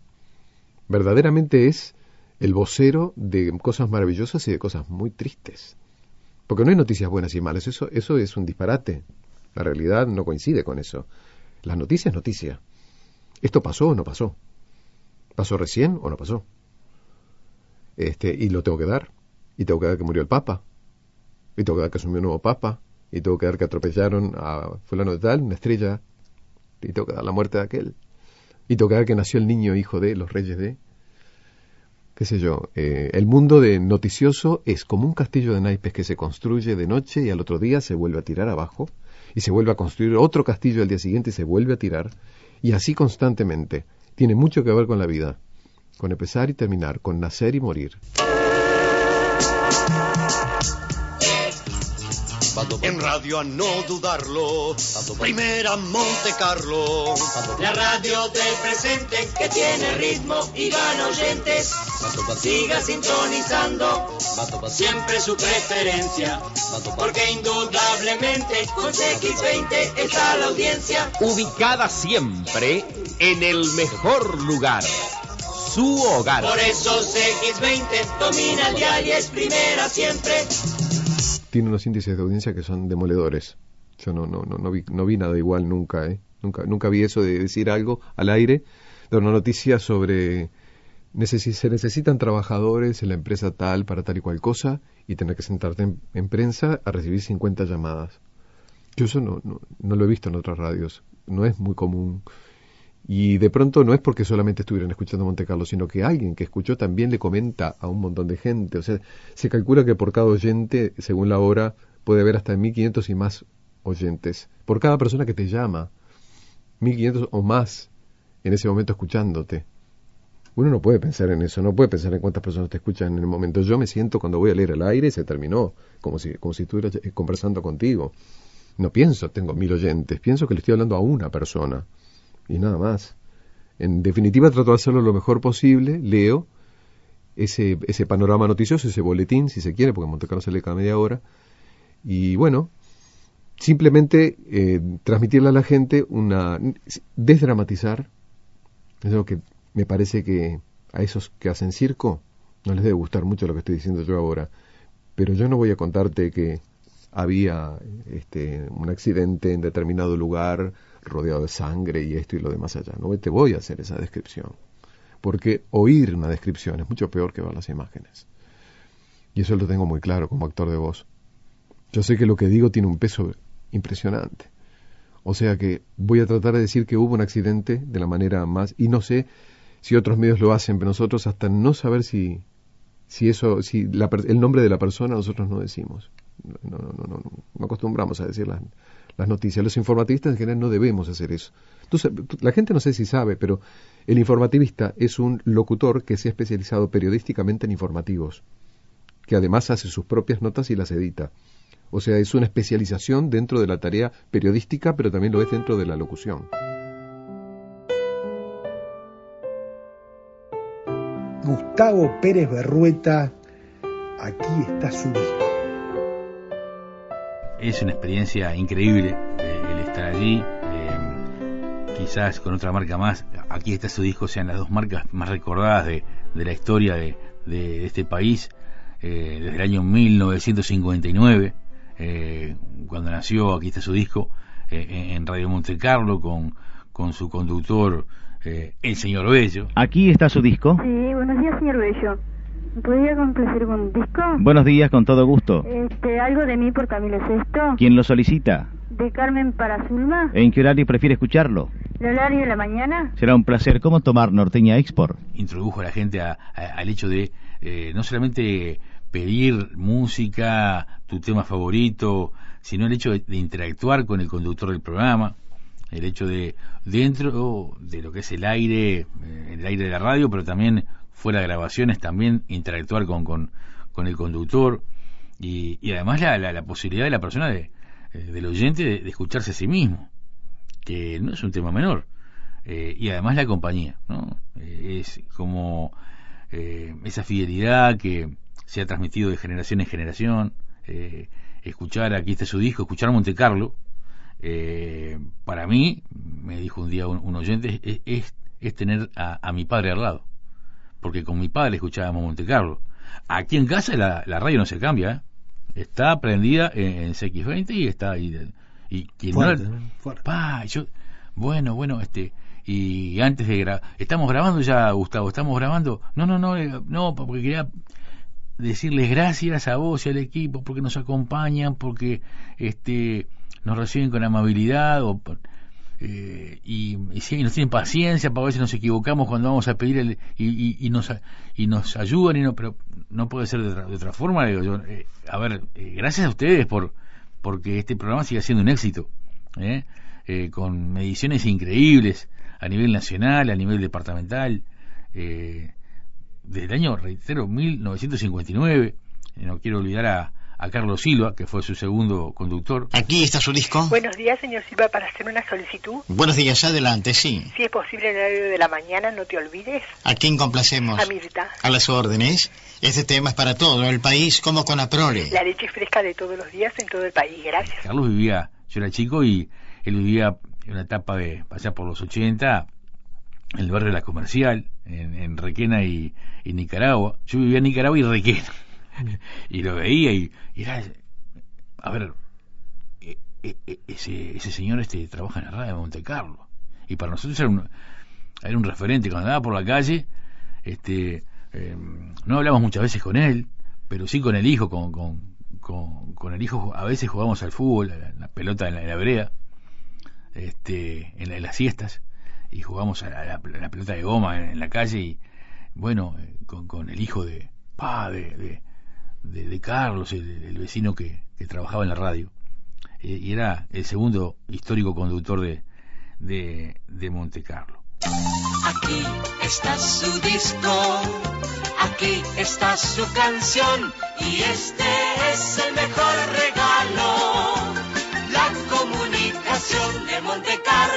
verdaderamente es el vocero de cosas maravillosas y de cosas muy tristes. Porque no hay noticias buenas y malas, eso, eso es un disparate. La realidad no coincide con eso. Las noticias es noticia. ¿Esto pasó o no pasó? ¿Pasó recién o no pasó? Este, y lo tengo que dar. Y tengo que dar que murió el Papa. Y tengo que dar que asumió un nuevo Papa. Y tengo que dar que atropellaron a fulano de tal, una estrella. Y tengo que dar la muerte de aquel. Y tengo que dar que nació el niño hijo de los reyes de... qué sé yo, eh, el mundo de noticioso es como un castillo de naipes que se construye de noche y al otro día se vuelve a tirar abajo y se vuelve a construir otro castillo al día siguiente y se vuelve a tirar y así constantemente. Tiene mucho que ver con la vida, con empezar y terminar, con nacer y morir. En radio a no dudarlo, primera Monte Carlo. La radio del presente que tiene ritmo y gana oyentes. Siga sintonizando siempre su preferencia, porque indudablemente con X veinte está la audiencia. Ubicada siempre en el mejor lugar, su hogar. Por eso X veinte domina el dial y es primera siempre. Tiene unos índices de audiencia que son demoledores. Yo no no no no vi, no vi nada igual nunca, ¿eh? Nunca nunca vi eso de decir algo al aire, de una noticia sobre necesi- se necesitan trabajadores en la empresa tal para tal y cual cosa y tener que sentarte en, en prensa a recibir cincuenta llamadas. Yo eso no, no no lo he visto en otras radios. No es muy común. Y de pronto no es porque solamente estuvieran escuchando Monte Carlo, sino que alguien que escuchó también le comenta a un montón de gente. O sea, se calcula que por cada oyente, según la hora, puede haber hasta mil quinientos y más oyentes. Por cada persona que te llama, mil quinientos o más en ese momento escuchándote. Uno no puede pensar en eso, no puede pensar en cuántas personas te escuchan en el momento. Yo me siento cuando voy a leer al aire y se terminó, como si, como si estuviera conversando contigo. No pienso, tengo mil oyentes, pienso que le estoy hablando a una persona. Y nada más. En definitiva, trato de hacerlo lo mejor posible. Leo ese, ese panorama noticioso, ese boletín, si se quiere, porque en Monte Carlo se lee cada media hora. Y bueno, simplemente eh, transmitirle a la gente una... desdramatizar. Es algo que me parece que a esos que hacen circo no les debe gustar mucho lo que estoy diciendo yo ahora. Pero yo no voy a contarte que había este, un accidente en determinado lugar rodeado de sangre y esto y lo demás allá. No te voy a hacer esa descripción, porque oír una descripción es mucho peor que ver las imágenes. Y eso lo tengo muy claro como actor de voz. Yo sé que lo que digo tiene un peso impresionante. O sea que voy a tratar de decir que hubo un accidente de la manera más... Y no sé si otros medios lo hacen, pero nosotros hasta no saber si, si eso, si la, el nombre de la persona nosotros no decimos. No, no, no, no, no, no acostumbramos a decir las, las noticias. Los informativistas en general no debemos hacer eso. Entonces, la gente no sé si sabe, pero el informativista es un locutor que se ha especializado periodísticamente en informativos, que además hace sus propias notas y las edita. O sea, es una especialización dentro de la tarea periodística, pero también lo es dentro de la locución. Gustavo Pérez Berrueta, aquí está su disco. Es una experiencia increíble eh, el estar allí, eh, quizás con otra marca más. Aquí está su disco, sean las dos marcas más recordadas de, de la historia de, de este país, eh, desde el año mil novecientos cincuenta y nueve, eh, cuando nació Aquí está su disco, eh, en Radio Monte Carlo, con, con su conductor, eh, el señor Bello. Aquí está su disco. Sí, buenos días, señor Bello. ¿Me podría complacer con un disco? Buenos días, con todo gusto. Este, algo de mí por Camilo Sesto. ¿Quién lo solicita? De Carmen para Zulma. ¿En qué horario prefiere escucharlo? ¿El horario de la mañana? Será un placer. ¿Cómo tomar Norteña Export? Introdujo a la gente a, a, al hecho de eh, no solamente pedir música, tu tema favorito, sino el hecho de, de interactuar con el conductor del programa, el hecho de, dentro de lo que es el aire, eh, el aire de la radio, pero también fuera de grabaciones, también interactuar con, con, con el conductor, y, y además la, la, la posibilidad de la persona, de, eh, del oyente, de, de escucharse a sí mismo, que no es un tema menor, eh, y además la compañía, ¿no? Eh, es como eh, esa fidelidad que se ha transmitido de generación en generación, eh, escuchar Aquí está su disco, escuchar Monte Carlo, eh, para mí, me dijo un día un, un oyente, es, es, es tener a, a mi padre al lado, porque con mi padre escuchábamos Monte Carlo. Aquí en casa la, la radio no se cambia, ¿eh? está prendida en, en C X veinte y está ahí. Y quien fuerte, no, fuerte. Pa, yo, bueno, bueno, este, y antes de grabar, estamos grabando ya, Gustavo, estamos grabando, no, no, no, eh, no, porque quería decirles gracias a vos y al equipo porque nos acompañan, porque este nos reciben con amabilidad o, eh, y, y, sí, nos tienen paciencia para ver si nos equivocamos cuando vamos a pedir el, y, y, y nos y nos ayudan y no, pero no puede ser de otra, de otra forma, digo yo, eh, a ver, eh, gracias a ustedes por porque este programa siga siendo un éxito, ¿eh? Eh, con mediciones increíbles a nivel nacional, a nivel departamental, eh, desde el año, reitero, mil novecientos cincuenta y nueve. Eh, no quiero olvidar a, a Carlos Silva, que fue su segundo conductor. Aquí está su disco. Buenos días, señor Silva, para hacer una solicitud. Buenos días, adelante, sí. Si es posible en el horario de la mañana, no te olvides. ¿A quién complacemos? A Mirta. A las órdenes. Este tema es para todo el país, como con Aprole. La leche fresca de todos los días en todo el país, gracias. Carlos vivía, yo era chico y él vivía en una etapa de pasar por los ochenta, en el barrio de la Comercial, en, en Requena y, y Nicaragua. Yo vivía en Nicaragua y Requena. Y lo veía y, y era, a ver, e, e, ese, ese señor este trabaja en la radio de Monte Carlo. Y para nosotros era un, era un referente. Cuando andaba por la calle, este... Eh, no hablamos muchas veces con él, pero sí con el hijo, con, con, con, con el hijo a veces jugamos al fútbol, la, la pelota en la, en la vereda, este, en, la, en las siestas, y jugamos a la, a la pelota de goma en, en la calle, y bueno, eh, con, con el hijo de, pa, de, de, de, de Carlos, el, el vecino que, que trabajaba en la radio, eh, y era el segundo histórico conductor de, de, de Monte Carlo. Aquí está su disco, aquí está su canción y este es el mejor regalo, la comunicación de Monte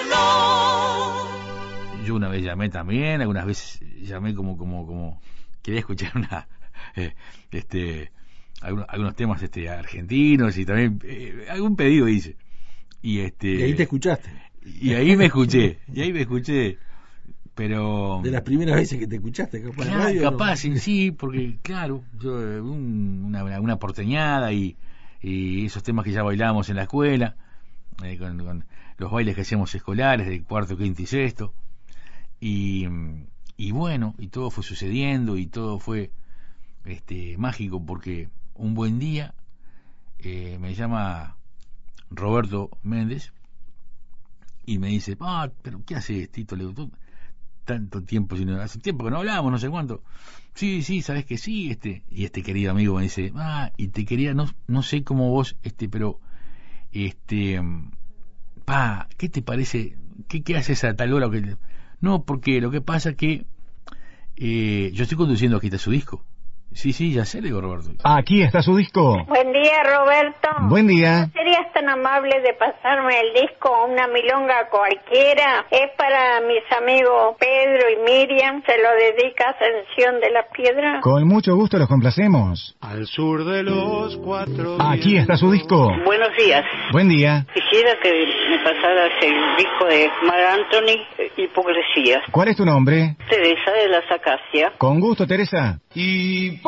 Carlo. Yo una vez llamé también, algunas veces llamé como como como quería escuchar una eh, este algunos, algunos temas este argentinos y también eh, algún pedido hice y este y ahí te escuchaste y ahí me escuché y ahí me escuché. Pero de las primeras veces que te escuchaste capaz, claro, radio, capaz ¿no? Sí, porque claro, yo un, una, una porteñada y, y esos temas que ya bailábamos en la escuela, eh, con, con los bailes que hacíamos escolares de cuarto, quinto y sexto, y, y bueno, y todo fue sucediendo y todo fue este mágico porque un buen día eh, me llama Roberto Méndez y me dice, ah, pero ¿qué haces, Tito? Le gustó tanto tiempo, sino hace tiempo que no hablábamos, no sé cuánto. Sí, sí, sabes que sí, este, y este querido amigo me dice, ah, y te quería, no, no sé cómo vos, este, pero, este, pa, ¿qué te parece? ¿Qué, qué haces a tal hora? O que, no, porque lo que pasa que eh, yo estoy conduciendo, aquí está su disco. Sí, sí, ya sé, le digo, Roberto. Aquí está su disco. Buen día, Roberto. Buen día. ¿No serías tan amable de pasarme el disco Una Milonga Cualquiera? Es para mis amigos Pedro y Miriam. Se lo dedica Ascensión de la Piedra. Con mucho gusto los complacemos. Al sur de los cuatro. Aquí está su disco. Buenos días. Buen día. Quisiera que me pasaras el disco de Mar Anthony, Hipocresía. ¿Cuál es tu nombre? Teresa de las Acacias. Con gusto, Teresa. Hipocresía.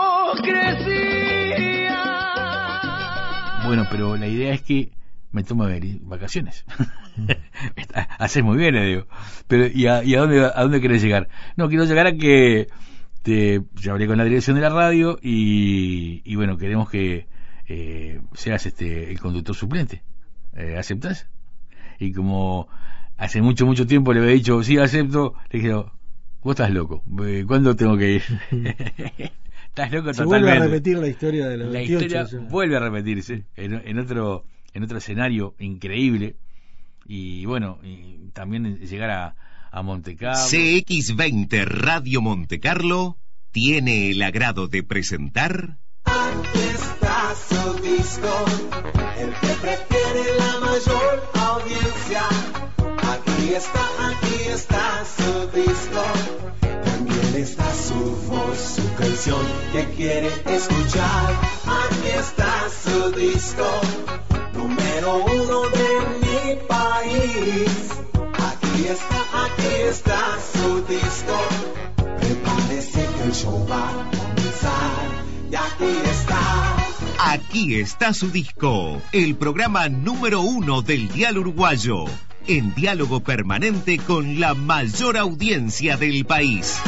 Bueno, pero la idea es que me tome vacaciones. Haces muy bien, le digo. Pero ¿y a, y a dónde a dónde querés llegar? No, quiero llegar a que te, ya hablé con la dirección de la radio y, y bueno, queremos que eh, seas este el conductor suplente. Eh, ¿Aceptás? Y como hace mucho, mucho tiempo le había dicho, sí, acepto, le dije, vos estás loco. ¿Cuándo tengo que ir? Estás loco se totalmente. Vuelve a repetir la historia de la La veintiocho, historia o sea. vuelve a repetirse en, en otro en otro escenario increíble y bueno, y también llegar a, a Monte Carlo. C X veinte Radio Monte Carlo tiene el agrado de presentar. Aquí está su disco, el que prefiere la mayor audiencia. Aquí está, aquí está su disco. También está su voz, su canción que quiere escuchar. Aquí está su disco, número uno de mi país. Aquí está, aquí está su disco. Prepárese que el show va a comenzar. Y aquí está Aquí está su disco, el programa número uno del dial uruguayo, en diálogo permanente con la mayor audiencia del país.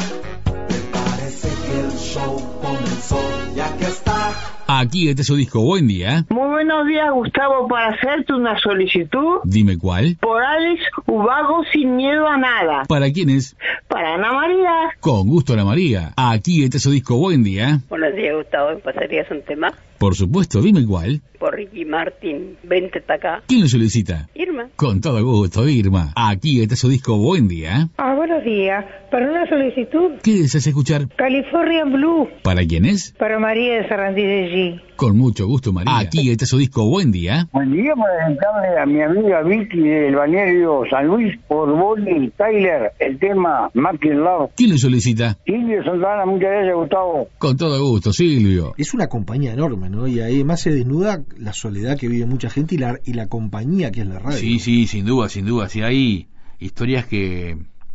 Parece que el show comenzó, ya que está. Aquí está su disco, buen día. Muy buenos días, Gustavo, para hacerte una solicitud. Dime cuál. Por Alex Ubago, Sin Miedo a Nada. ¿Para quién es? Para Ana María. Con gusto, Ana María. Aquí está su disco, buen día. Buenos días, Gustavo, ¿me pasarías un tema? Por supuesto, dime cuál. Por Ricky Martin, vente para acá. ¿Quién lo solicita? Irma. Con todo gusto, Irma. Aquí está su disco, buen día. Ah, buenos días. Para una solicitud. ¿Qué deseas escuchar? Californian Blue. ¿Para quién es? Para María de Sarandí de G. Con mucho gusto, María. Aquí está su disco, buen día. Buen día, para presentarle a mi amiga Vicky del balneario San Luis por Bonnie Tyler, el tema Making Love. ¿Quién lo solicita? Silvio Santana, muchas gracias, Gustavo. Con todo gusto, Silvio. Es una compañía enorme, ¿no? Y además se desnuda la soledad que vive mucha gente y la, y la compañía que es la radio. Sí, sí, sin duda, sin duda. Sí, hay historias que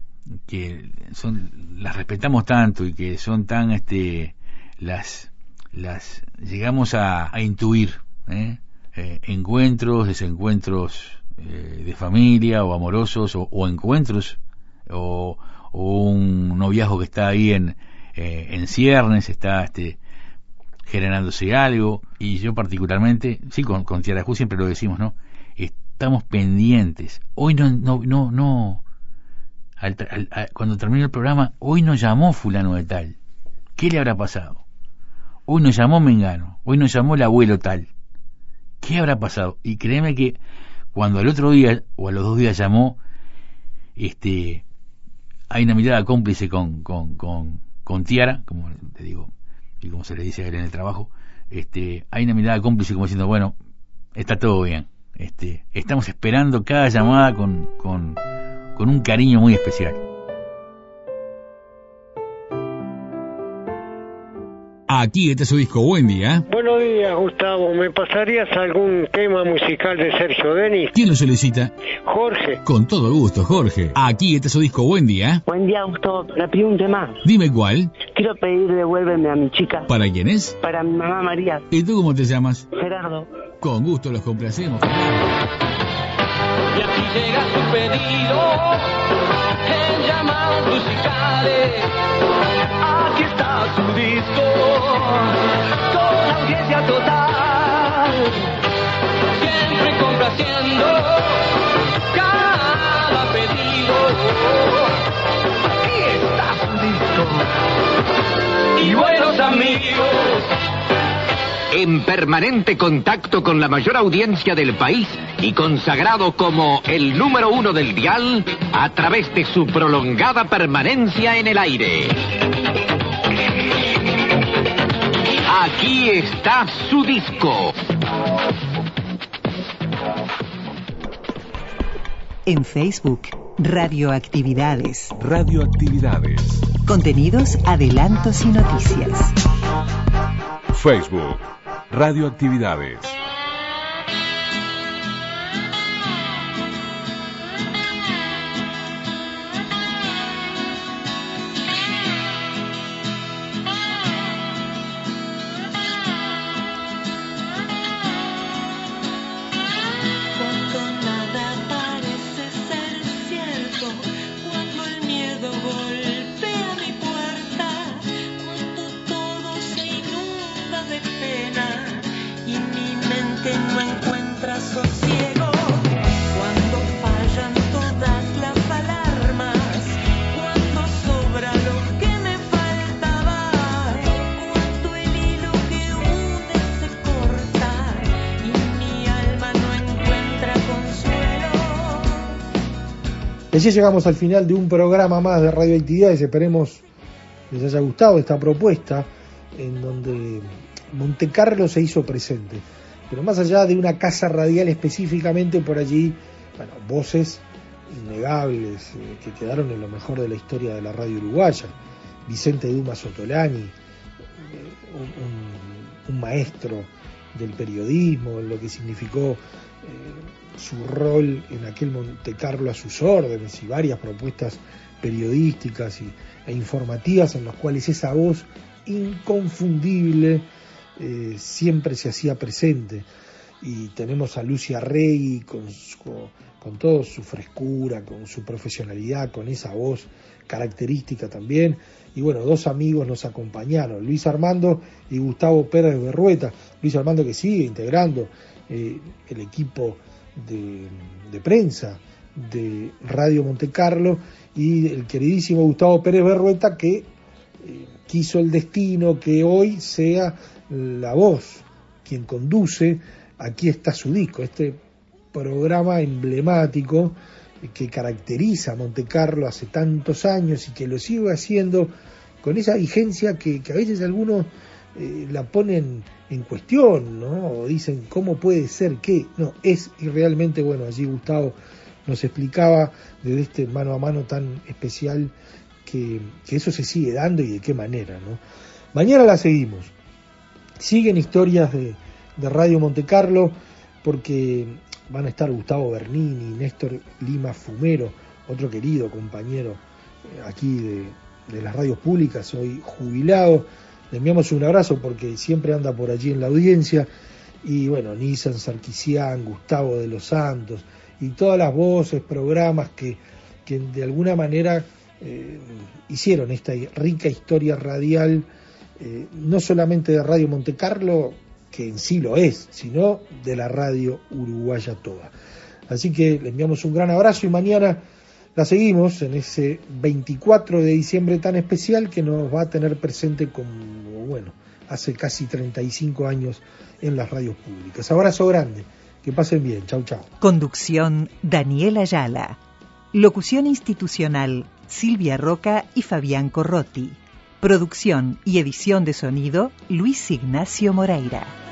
que son las respetamos tanto y que son tan este las las llegamos a, a intuir, ¿eh? Eh, encuentros, desencuentros eh, de familia o amorosos o, o encuentros o, o un noviazgo que está ahí en eh, en ciernes, está este generándose algo. Y yo particularmente, sí, con, con Tiara Ju siempre lo decimos, ¿no? Estamos pendientes. Hoy no no no no al, al, al, cuando terminó el programa, hoy nos llamó fulano de tal. ¿Qué le habrá pasado? Hoy nos llamó Mengano, hoy nos llamó el abuelo tal. ¿Qué habrá pasado? Y créeme que cuando al otro día o a los dos días llamó, este, hay una mirada cómplice con con con, con Tiara, como te digo y como se le dice a él en el trabajo, este, hay una mirada cómplice como diciendo, bueno, está todo bien. Este, estamos esperando cada llamada con con con un cariño muy especial. Aquí está su disco, buen día. Buenos días, Gustavo. ¿Me pasarías algún tema musical de Sergio Denis? ¿Quién lo solicita? Jorge. Con todo gusto, Jorge. Aquí está su disco, buen día. Buen día, Gustavo. Le pido un tema. Dime cuál. Quiero pedir Devuélveme a mi chica. ¿Para quién es? Para mi mamá María. ¿Y tú cómo te llamas? Gerardo. Con gusto los complacemos. Y aquí llega su pedido en llamados musicales. Aquí está su disco con audiencia total, siempre complaciendo cada pedido. Aquí está su disco y buenos amigos. En permanente contacto con la mayor audiencia del país y consagrado como el número uno del dial a través de su prolongada permanencia en el aire. Aquí está su disco. En Facebook, Radioactividades. Radioactividades. Contenidos, adelantos y noticias. Facebook, Radioactividades. Así llegamos al final de un programa más de Radioactividades. Esperemos les haya gustado esta propuesta en donde Montecarlo se hizo presente. Pero más allá de una casa radial específicamente, por allí, bueno, voces innegables eh, que quedaron en lo mejor de la historia de la radio uruguaya. Vicente Dumas Ottolani, eh, un, un maestro del periodismo, en lo que significó eh, su rol en aquel Montecarlo a sus órdenes y varias propuestas periodísticas y, e informativas en las cuales esa voz inconfundible eh, siempre se hacía presente. Y tenemos a Lucia Rey con, su, con toda su frescura, con su profesionalidad, con esa voz característica también. Y bueno, dos amigos nos acompañaron, Luis Armando y Gustavo Pérez Berrueta. Luis Armando, que sigue integrando eh, el equipo de, de prensa de Radio Monte Carlo, y el queridísimo Gustavo Pérez Berrueta, que eh, quiso el destino que hoy sea la voz quien conduce Aquí está su disco, este programa emblemático que caracteriza a Monte Carlo hace tantos años y que lo sigue haciendo con esa vigencia que, que a veces algunos eh, la ponen en cuestión, ¿no? O dicen, ¿cómo puede ser que? No, es y realmente, bueno, allí Gustavo nos explicaba desde este mano a mano tan especial que, que eso se sigue dando y de qué manera, ¿no? Mañana la seguimos. Siguen historias de, de Radio Monte Carlo, porque van a estar Gustavo Bernini, Néstor Lima Fumero, otro querido compañero aquí de, de las radios públicas, hoy jubilado. Le enviamos un abrazo porque siempre anda por allí en la audiencia. Y bueno, Nisan Sarkisian, Gustavo de los Santos y todas las voces, programas que, que de alguna manera eh, hicieron esta rica historia radial, eh, no solamente de Radio Monte Carlo, que en sí lo es, sino de la radio uruguaya toda. Así que le enviamos un gran abrazo y mañana la seguimos en ese veinticuatro de diciembre tan especial que nos va a tener presente como, bueno, hace casi treinta y cinco años en las radios públicas. Abrazo grande, que pasen bien, chau chau. Conducción Daniel Ayala. Locución institucional Silvia Roca y Fabián Corrotti. Producción y edición de sonido Luis Ignacio Moreira.